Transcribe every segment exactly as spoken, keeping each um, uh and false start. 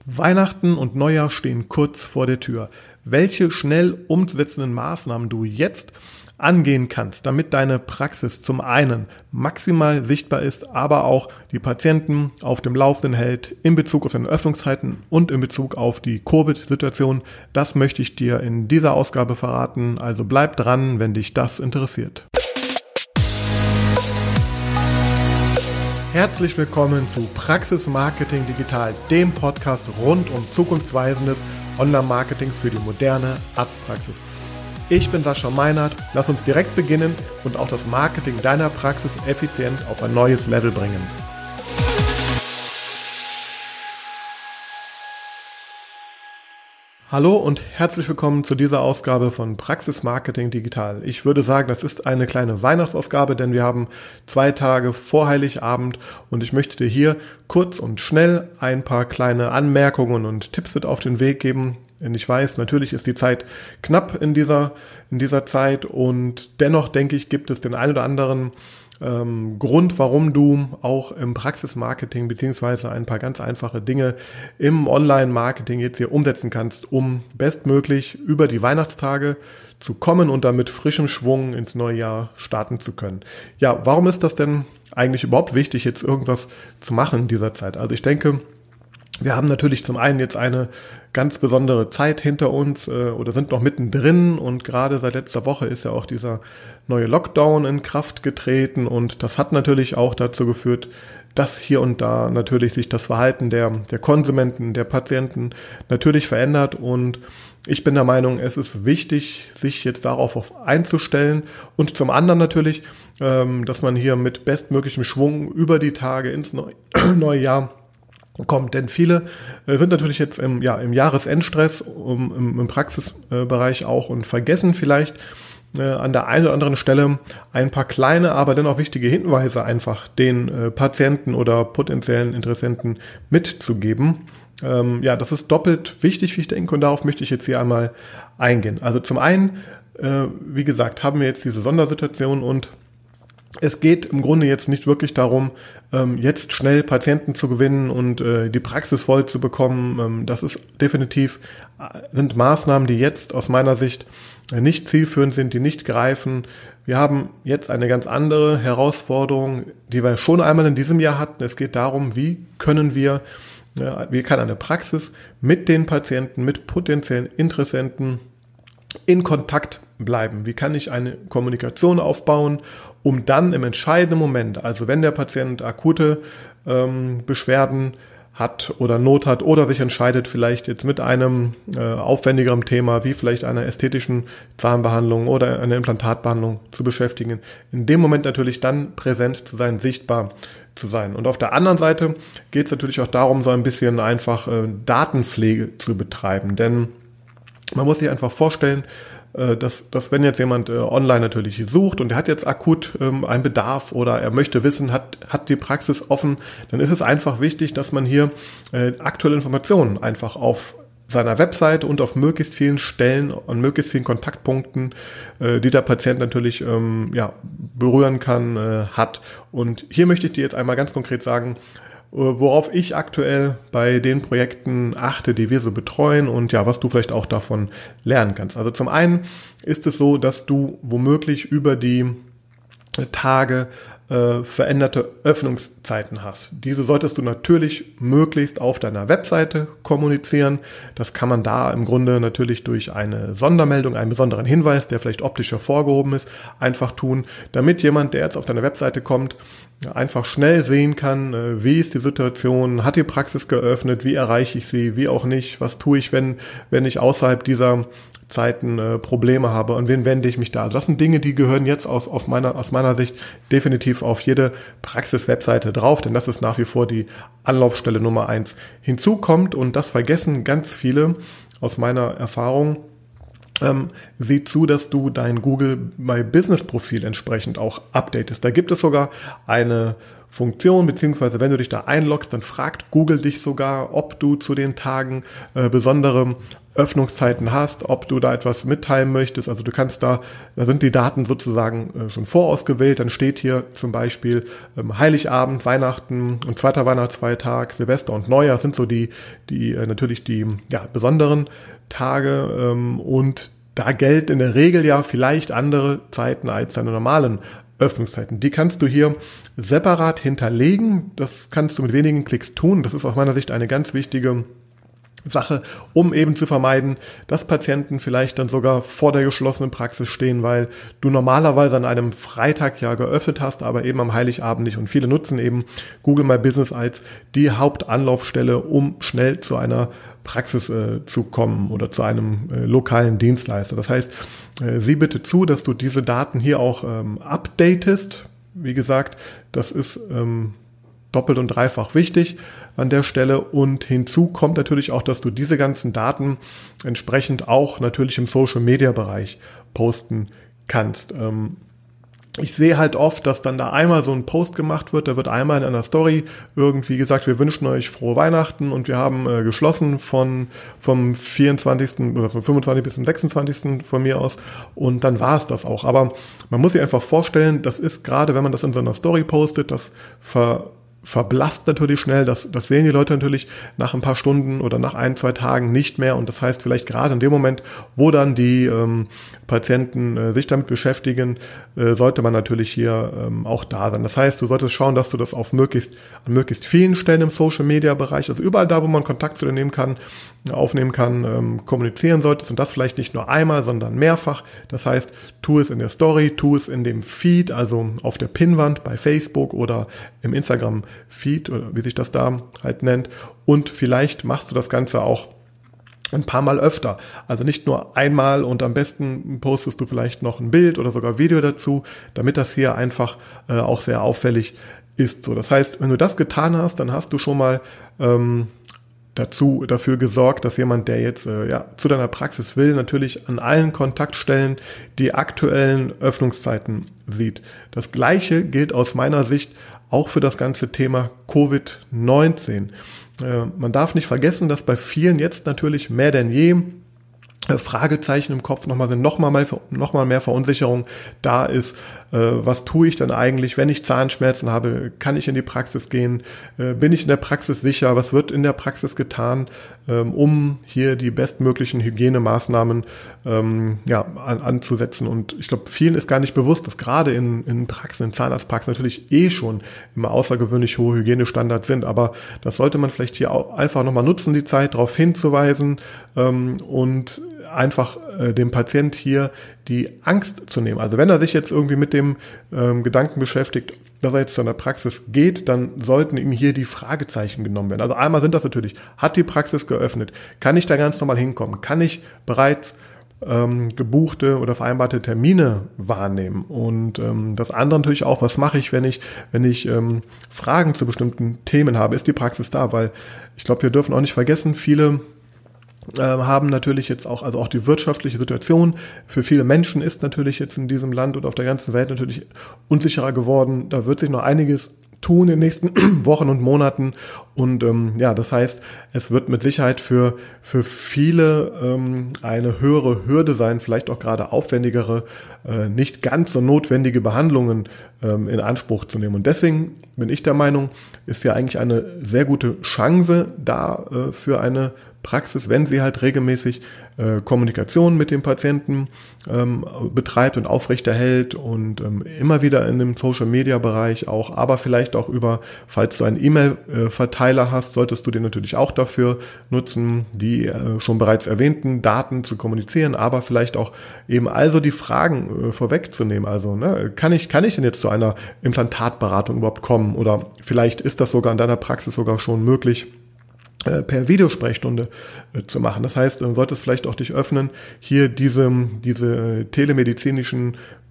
Weihnachten und Neujahr stehen kurz vor der Tür. Welche schnell umzusetzenden Maßnahmen du jetzt angehen kannst, damit deine Praxis zum einen maximal sichtbar ist, aber auch die Patienten auf dem Laufenden hält in Bezug auf deine Öffnungszeiten und in Bezug auf die Covid-Situation, das möchte ich dir in dieser Ausgabe verraten. Also bleib dran, wenn dich das interessiert. Herzlich willkommen zu Praxis Marketing Digital, dem Podcast rund um zukunftsweisendes Online-Marketing für die moderne Arztpraxis. Ich bin Sascha Meinert, lass uns direkt beginnen und auch das Marketing deiner Praxis effizient auf ein neues Level bringen. Hallo und herzlich willkommen zu dieser Ausgabe von Praxis Marketing Digital. Ich würde sagen, das ist eine kleine Weihnachtsausgabe, denn wir haben zwei Tage vor Heiligabend und ich möchte dir hier kurz und schnell ein paar kleine Anmerkungen und Tipps mit auf den Weg geben. Denn ich weiß, natürlich ist die Zeit knapp in dieser, in dieser Zeit und dennoch denke ich, gibt es den einen oder anderen Ähm, Grund, warum du auch im Praxismarketing beziehungsweise ein paar ganz einfache Dinge im Online-Marketing jetzt hier umsetzen kannst, um bestmöglich über die Weihnachtstage zu kommen und damit frischem Schwung ins neue Jahr starten zu können. Ja, warum ist das denn eigentlich überhaupt wichtig, jetzt irgendwas zu machen in dieser Zeit? Also ich denke, wir haben natürlich zum einen jetzt eine ganz besondere Zeit hinter uns äh, oder sind noch mittendrin und gerade seit letzter Woche ist ja auch dieser neue Lockdown in Kraft getreten und das hat natürlich auch dazu geführt, dass hier und da natürlich sich das Verhalten der, der Konsumenten, der Patienten natürlich verändert und ich bin der Meinung, es ist wichtig, sich jetzt darauf einzustellen und zum anderen natürlich, ähm, dass man hier mit bestmöglichem Schwung über die Tage ins neue, neue Jahr kommt, denn viele äh, sind natürlich jetzt im, ja, im Jahresendstress um, im, im Praxisbereich auch und vergessen vielleicht äh, an der einen oder anderen Stelle ein paar kleine, aber dennoch wichtige Hinweise einfach den äh, Patienten oder potenziellen Interessenten mitzugeben. Ähm, ja, das ist doppelt wichtig, wie ich denke, und darauf möchte ich jetzt hier einmal eingehen. Also zum einen, äh, wie gesagt, haben wir jetzt diese Sondersituation und es geht im Grunde jetzt nicht wirklich darum, jetzt schnell Patienten zu gewinnen und die Praxis voll zu bekommen. Das ist definitiv, sind Maßnahmen, die jetzt aus meiner Sicht nicht zielführend sind, die nicht greifen. Wir haben jetzt eine ganz andere Herausforderung, die wir schon einmal in diesem Jahr hatten. Es geht darum, wie können wir, wie kann eine Praxis mit den Patienten, mit potenziellen Interessenten in Kontakt bleiben? Wie kann ich eine Kommunikation aufbauen, um dann im entscheidenden Moment, also wenn der Patient akute ähm, Beschwerden hat oder Not hat oder sich entscheidet, vielleicht jetzt mit einem äh, aufwendigeren Thema wie vielleicht einer ästhetischen Zahnbehandlung oder einer Implantatbehandlung zu beschäftigen, in dem Moment natürlich dann präsent zu sein, sichtbar zu sein. Und auf der anderen Seite geht es natürlich auch darum, so ein bisschen einfach äh, Datenpflege zu betreiben, denn man muss sich einfach vorstellen, dass, dass wenn jetzt jemand äh, online natürlich sucht und er hat jetzt akut ähm, einen Bedarf oder er möchte wissen, hat, hat die Praxis offen, dann ist es einfach wichtig, dass man hier äh, aktuelle Informationen einfach auf seiner Webseite und auf möglichst vielen Stellen und möglichst vielen Kontaktpunkten, äh, die der Patient natürlich ähm, ja, berühren kann, äh, hat. Und hier möchte ich dir jetzt einmal ganz konkret sagen, worauf ich aktuell bei den Projekten achte, die wir so betreuen und ja, was du vielleicht auch davon lernen kannst. Also zum einen ist es so, dass du womöglich über die Tage äh, veränderte Öffnungszeiten hast. Diese solltest du natürlich möglichst auf deiner Webseite kommunizieren. Das kann man da im Grunde natürlich durch eine Sondermeldung, einen besonderen Hinweis, der vielleicht optisch hervorgehoben ist, einfach tun, damit jemand, der jetzt auf deine Webseite kommt, einfach schnell sehen kann, wie ist die Situation, hat die Praxis geöffnet, wie erreiche ich sie, wie auch nicht, was tue ich, wenn, wenn ich außerhalb dieser Zeiten äh, Probleme habe und wen wende ich mich da. Also das sind Dinge, die gehören jetzt aus, aus, meiner, aus meiner Sicht definitiv auf jede Praxis-Webseite drauf, denn das ist nach wie vor die Anlaufstelle Nummer eins. Hinzu kommt, und das vergessen ganz viele aus meiner Erfahrung, Ähm, sieh zu, dass du dein Google My Business Profil entsprechend auch updatest. Da gibt es sogar eine Funktion, beziehungsweise wenn du dich da einloggst, dann fragt Google dich sogar, ob du zu den Tagen äh, besondere Öffnungszeiten hast, ob du da etwas mitteilen möchtest. Also du kannst da, da sind die Daten sozusagen äh, schon vorausgewählt. Dann steht hier zum Beispiel ähm, Heiligabend, Weihnachten und zweiter Weihnachtsfeiertag, Silvester und Neujahr. Das sind so die, die äh, natürlich die ja, besonderen Tage ähm, und da gelten in der Regel ja vielleicht andere Zeiten als deine normalen Öffnungszeiten. Die kannst du hier separat hinterlegen. Das kannst du mit wenigen Klicks tun. Das ist aus meiner Sicht eine ganz wichtige Sache, um eben zu vermeiden, dass Patienten vielleicht dann sogar vor der geschlossenen Praxis stehen, weil du normalerweise an einem Freitag ja geöffnet hast, aber eben am Heiligabend nicht. Und viele nutzen eben Google My Business als die Hauptanlaufstelle, um schnell zu einer Praxis äh, zu kommen oder zu einem äh, lokalen Dienstleister. Das heißt, äh, sieh bitte zu, dass du diese Daten hier auch ähm, updatest. Wie gesagt, das ist ähm, doppelt und dreifach wichtig an der Stelle. Und hinzu kommt natürlich auch, dass du diese ganzen Daten entsprechend auch natürlich im Social-Media-Bereich posten kannst. Ähm, Ich sehe halt oft, dass dann da einmal so ein Post gemacht wird, da wird einmal in einer Story irgendwie gesagt, wir wünschen euch frohe Weihnachten und wir haben äh, geschlossen von vom vierundzwanzigsten oder vom fünfundzwanzigsten bis zum sechsundzwanzigsten von mir aus und dann war es das auch. Aber man muss sich einfach vorstellen, das ist gerade, wenn man das in so einer Story postet, das ver verblasst natürlich schnell, das, das sehen die Leute natürlich nach ein paar Stunden oder nach ein, zwei Tagen nicht mehr und das heißt vielleicht gerade in dem Moment, wo dann die ähm, Patienten äh, sich damit beschäftigen, äh, sollte man natürlich hier ähm, auch da sein. Das heißt, du solltest schauen, dass du das auf möglichst an möglichst vielen Stellen im Social-Media-Bereich, also überall da, wo man Kontakt zu dir nehmen kann, aufnehmen kann, ähm, kommunizieren solltest und das vielleicht nicht nur einmal, sondern mehrfach. Das heißt, tu es in der Story, tu es in dem Feed, also auf der Pinnwand bei Facebook oder im Instagram Feed oder wie sich das da halt nennt und vielleicht machst du das Ganze auch ein paar Mal öfter, also nicht nur einmal und am besten postest du vielleicht noch ein Bild oder sogar Video dazu, damit das hier einfach äh, auch sehr auffällig ist. So, das heißt, wenn du das getan hast, dann hast du schon mal ähm, dazu dafür gesorgt, dass jemand, der jetzt äh, ja zu deiner Praxis will, natürlich an allen Kontaktstellen die aktuellen Öffnungszeiten sieht. Das Gleiche gilt aus meiner Sicht auch für das ganze Thema Covid neunzehn. Äh, man darf nicht vergessen, dass bei vielen jetzt natürlich mehr denn je äh, Fragezeichen im Kopf nochmal sind, nochmal mal, noch mal mehr Verunsicherung da ist. Äh, was tue ich denn eigentlich, wenn ich Zahnschmerzen habe? Kann ich in die Praxis gehen? Äh, bin ich in der Praxis sicher? Was wird in der Praxis getan, ähm, um hier die bestmöglichen Hygienemaßnahmen ähm, ja, an, anzusetzen? Und ich glaube, vielen ist gar nicht bewusst, dass gerade in, in Praxen, in Zahnarztpraxen natürlich eh schon immer außergewöhnlich hohe Hygienestandards sind. Aber das sollte man vielleicht hier auch einfach nochmal nutzen, die Zeit darauf hinzuweisen ähm, und einfach äh, dem Patient hier die Angst zu nehmen. Also wenn er sich jetzt irgendwie mit dem ähm, Gedanken beschäftigt, dass er jetzt zu einer Praxis geht, dann sollten ihm hier die Fragezeichen genommen werden. Also einmal sind das natürlich, hat die Praxis geöffnet? Kann ich da ganz normal hinkommen? Kann ich bereits ähm, gebuchte oder vereinbarte Termine wahrnehmen? Und ähm, das andere natürlich auch, was mache ich, wenn ich, wenn ich ähm, Fragen zu bestimmten Themen habe? Ist die Praxis da? Weil ich glaube, wir dürfen auch nicht vergessen, viele haben natürlich jetzt auch, also auch die wirtschaftliche Situation für viele Menschen ist natürlich jetzt in diesem Land und auf der ganzen Welt natürlich unsicherer geworden. Da wird sich noch einiges tun in den nächsten Wochen und Monaten und ähm, ja, das heißt, es wird mit Sicherheit für für viele ähm, eine höhere Hürde sein, vielleicht auch gerade aufwendigere, äh, nicht ganz so notwendige Behandlungen ähm, in Anspruch zu nehmen. Und deswegen bin ich der Meinung, ist ja eigentlich eine sehr gute Chance da äh, für eine Praxis, wenn sie halt regelmäßig äh, Kommunikation mit dem Patienten ähm, betreibt und aufrechterhält und ähm, immer wieder in dem Social-Media-Bereich auch, aber vielleicht auch über, falls du einen E-Mail-Verteiler hast, solltest du den natürlich auch dafür nutzen, die äh, schon bereits erwähnten Daten zu kommunizieren, aber vielleicht auch eben also die Fragen äh, vorwegzunehmen. Also ne, kann ich kann ich denn jetzt zu einer Implantatberatung überhaupt kommen oder vielleicht ist das sogar in deiner Praxis sogar schon möglich, per Videosprechstunde äh, zu machen. Das heißt, du solltest vielleicht auch dich öffnen, hier diese, diese telemedizinischen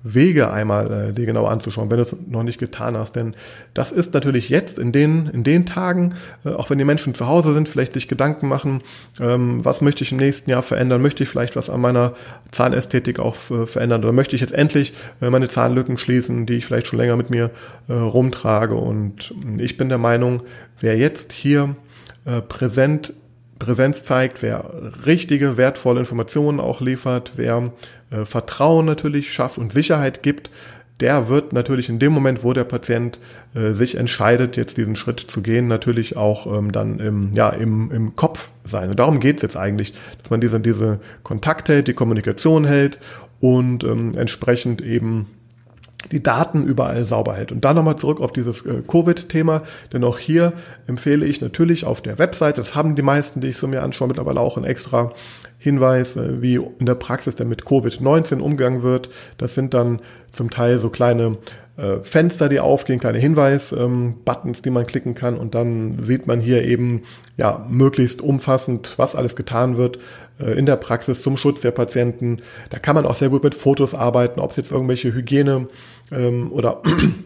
Wege einmal äh, dir genau anzuschauen, wenn du es noch nicht getan hast. Denn das ist natürlich jetzt in den, in den Tagen, äh, auch wenn die Menschen zu Hause sind, vielleicht sich Gedanken machen, ähm, was möchte ich im nächsten Jahr verändern? Möchte ich vielleicht was an meiner Zahnästhetik auch äh, verändern? Oder möchte ich jetzt endlich äh, meine Zahnlücken schließen, die ich vielleicht schon länger mit mir äh, rumtrage? Und ich bin der Meinung, wer jetzt hier äh, präsent Präsenz zeigt, wer richtige, wertvolle Informationen auch liefert, wer äh, Vertrauen natürlich schafft und Sicherheit gibt, der wird natürlich in dem Moment, wo der Patient äh, sich entscheidet, jetzt diesen Schritt zu gehen, natürlich auch ähm, dann im, ja, im, im Kopf sein. Und darum geht es jetzt eigentlich, dass man diese, diese Kontakte hält, die Kommunikation hält und ähm, entsprechend eben die Daten überall sauber hält. Und da nochmal zurück auf dieses äh, Covid-Thema, denn auch hier empfehle ich natürlich auf der Webseite, das haben die meisten, die ich so mir anschaue, mittlerweile auch einen extra Hinweis, äh, wie in der Praxis denn mit Covid neunzehn umgegangen wird. Das sind dann zum Teil so kleine äh, Fenster, die aufgehen, kleine Hinweis-Buttons, ähm, die man klicken kann, und dann sieht man hier eben ja möglichst umfassend, was alles getan wird in der Praxis zum Schutz der Patienten. Da kann man auch sehr gut mit Fotos arbeiten, ob es jetzt irgendwelche Hygiene ähm, oder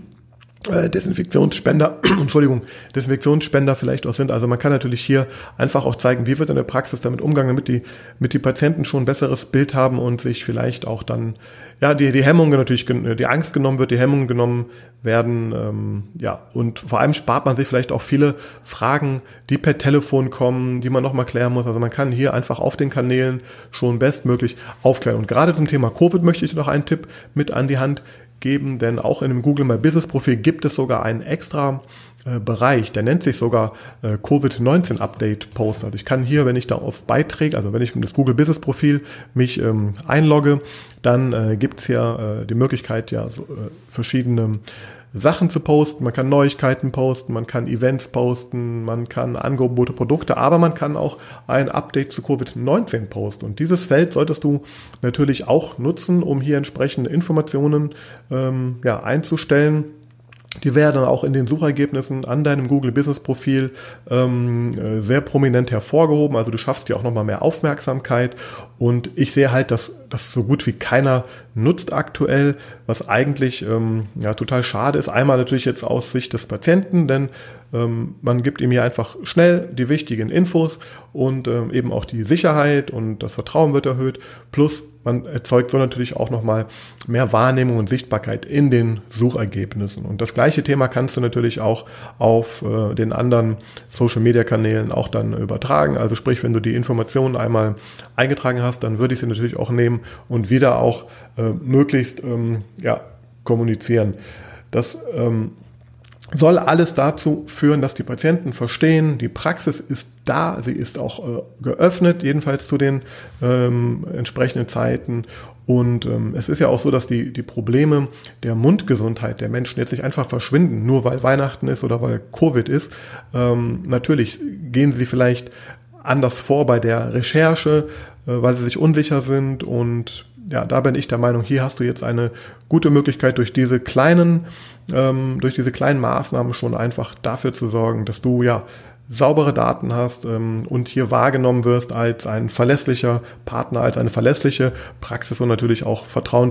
äh, Desinfektionsspender, Entschuldigung, Desinfektionsspender vielleicht auch sind. Also man kann natürlich hier einfach auch zeigen, wie wird in der Praxis damit umgegangen, damit die, mit die Patienten schon ein besseres Bild haben und sich vielleicht auch dann, ja, die, die Hemmung natürlich, die Angst genommen wird, die Hemmungen genommen werden, ähm, ja, und vor allem spart man sich vielleicht auch viele Fragen, die per Telefon kommen, die man nochmal klären muss. Also man kann hier einfach auf den Kanälen schon bestmöglich aufklären. Und gerade zum Thema Covid möchte ich noch einen Tipp mit an die Hand geben, denn auch in dem Google My Business Profil gibt es sogar einen extra äh, Bereich, der nennt sich sogar äh, Covid neunzehn Update Post. Also ich kann hier, wenn ich da auf Beiträge, also wenn ich in das Google Business Profil mich ähm, einlogge, dann äh, gibt es ja äh, die Möglichkeit, ja so, äh, verschiedene Sachen zu posten, man kann Neuigkeiten posten, man kann Events posten, man kann Angebote, Produkte, aber man kann auch ein Update zu Covid neunzehn posten. Und dieses Feld solltest du natürlich auch nutzen, um hier entsprechende Informationen ähm, ja, einzustellen. Die werden auch in den Suchergebnissen an deinem Google Business Profil ähm, sehr prominent hervorgehoben. Also du schaffst dir auch nochmal mehr Aufmerksamkeit. Und ich sehe halt, dass das so gut wie keiner nutzt aktuell, was eigentlich ähm, ja total schade ist. Einmal natürlich jetzt aus Sicht des Patienten, denn ähm, man gibt ihm hier einfach schnell die wichtigen Infos und ähm, eben auch die Sicherheit und das Vertrauen wird erhöht. Plus man erzeugt so natürlich auch nochmal mehr Wahrnehmung und Sichtbarkeit in den Suchergebnissen. Und das gleiche Thema kannst du natürlich auch auf äh, den anderen Social-Media-Kanälen auch dann übertragen. Also sprich, wenn du die Informationen einmal eingetragen hast, dann würde ich sie natürlich auch nehmen und wieder auch äh, möglichst ähm, ja, kommunizieren. Das ähm, soll alles dazu führen, dass die Patienten verstehen, die Praxis ist da, sie ist auch äh, geöffnet, jedenfalls zu den ähm, entsprechenden Zeiten. Und ähm, es ist ja auch so, dass die, die Probleme der Mundgesundheit der Menschen jetzt nicht einfach verschwinden, nur weil Weihnachten ist oder weil Covid ist. Ähm, natürlich gehen sie vielleicht anders vor bei der Recherche, äh, weil sie sich unsicher sind, und ja, da bin ich der Meinung, hier hast du jetzt eine gute Möglichkeit, durch diese kleinen, ähm, durch diese kleinen Maßnahmen schon einfach dafür zu sorgen, dass du ja saubere Daten hast ähm, und hier wahrgenommen wirst als ein verlässlicher Partner, als eine verlässliche Praxis und natürlich auch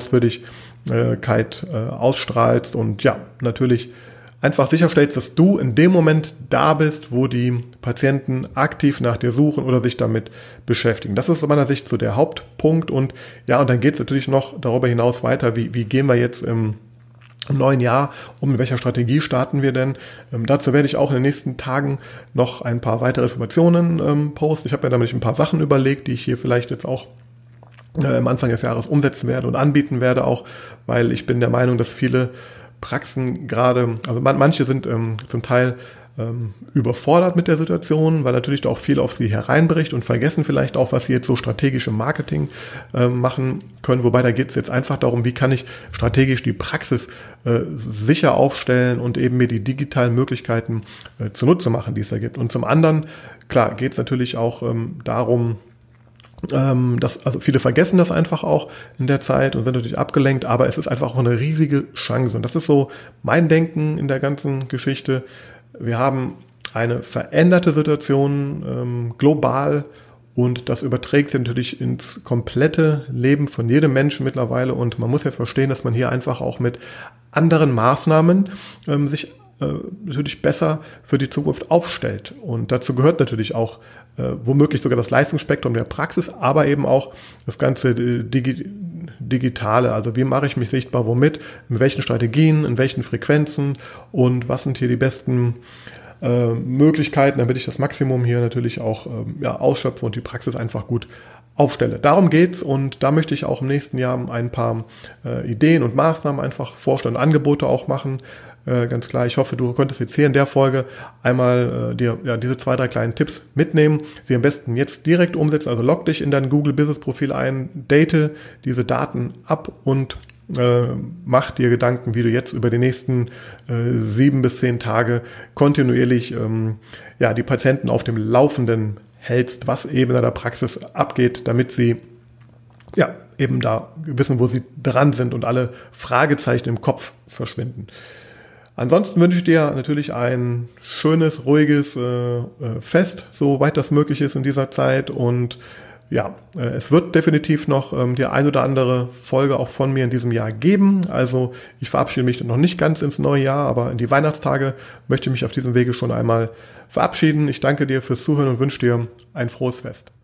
Vertrauenswürdigkeit äh, ausstrahlst und ja, natürlich einfach sicherstellst, dass du in dem Moment da bist, wo die Patienten aktiv nach dir suchen oder sich damit beschäftigen. Das ist aus meiner Sicht so der Hauptpunkt. Und ja, und dann geht es natürlich noch darüber hinaus weiter. Wie, wie gehen wir jetzt im, im neuen Jahr um? Mit welcher Strategie starten wir denn? Ähm, dazu werde ich auch in den nächsten Tagen noch ein paar weitere Informationen ähm, posten. Ich habe mir nämlich ein paar Sachen überlegt, die ich hier vielleicht jetzt auch äh, am Anfang des Jahres umsetzen werde und anbieten werde, auch weil ich bin der Meinung, dass viele Praxen gerade, also man, manche sind ähm, zum Teil ähm, überfordert mit der Situation, weil natürlich da auch viel auf sie hereinbricht und vergessen vielleicht auch, was sie jetzt so strategisch im Marketing äh, machen können. Wobei da geht es jetzt einfach darum, wie kann ich strategisch die Praxis äh, sicher aufstellen und eben mir die digitalen Möglichkeiten äh, zunutze machen, die es da gibt. Und zum anderen, klar, geht es natürlich auch ähm, darum, Ähm, das, also viele vergessen das einfach auch in der Zeit und sind natürlich abgelenkt, aber es ist einfach auch eine riesige Chance. Und das ist so mein Denken in der ganzen Geschichte. Wir haben eine veränderte Situation ähm, global und das überträgt sich natürlich ins komplette Leben von jedem Menschen mittlerweile und man muss ja verstehen, dass man hier einfach auch mit anderen Maßnahmen ähm, sich äh, natürlich besser für die Zukunft aufstellt. Und dazu gehört natürlich auch äh, womöglich sogar das Leistungsspektrum der Praxis, aber eben auch das ganze Digi- Digitale. Also wie mache ich mich sichtbar, womit, in welchen Strategien, in welchen Frequenzen und was sind hier die besten äh, Möglichkeiten, damit ich das Maximum hier natürlich auch ähm, ja, ausschöpfe und die Praxis einfach gut aufstelle. Darum geht's und da möchte ich auch im nächsten Jahr ein paar äh, Ideen und Maßnahmen einfach vorstellen, Angebote auch machen. Äh, ganz klar, ich hoffe, du konntest jetzt hier in der Folge einmal äh, dir ja, diese zwei, drei kleinen Tipps mitnehmen, sie am besten jetzt direkt umsetzen, also log dich in dein Google Business Profil ein, date diese Daten ab und äh, mach dir Gedanken, wie du jetzt über die nächsten äh, sieben bis zehn Tage kontinuierlich ähm, ja, die Patienten auf dem Laufenden hältst, was eben in der Praxis abgeht, damit sie ja eben da wissen, wo sie dran sind und alle Fragezeichen im Kopf verschwinden. Ansonsten wünsche ich dir natürlich ein schönes, ruhiges äh, Fest, soweit das möglich ist in dieser Zeit und ja, äh, es wird definitiv noch ähm, die ein oder andere Folge auch von mir in diesem Jahr geben. Also ich verabschiede mich noch nicht ganz ins neue Jahr, aber in die Weihnachtstage möchte ich mich auf diesem Wege schon einmal verabschieden. Ich danke dir fürs Zuhören und wünsche dir ein frohes Fest.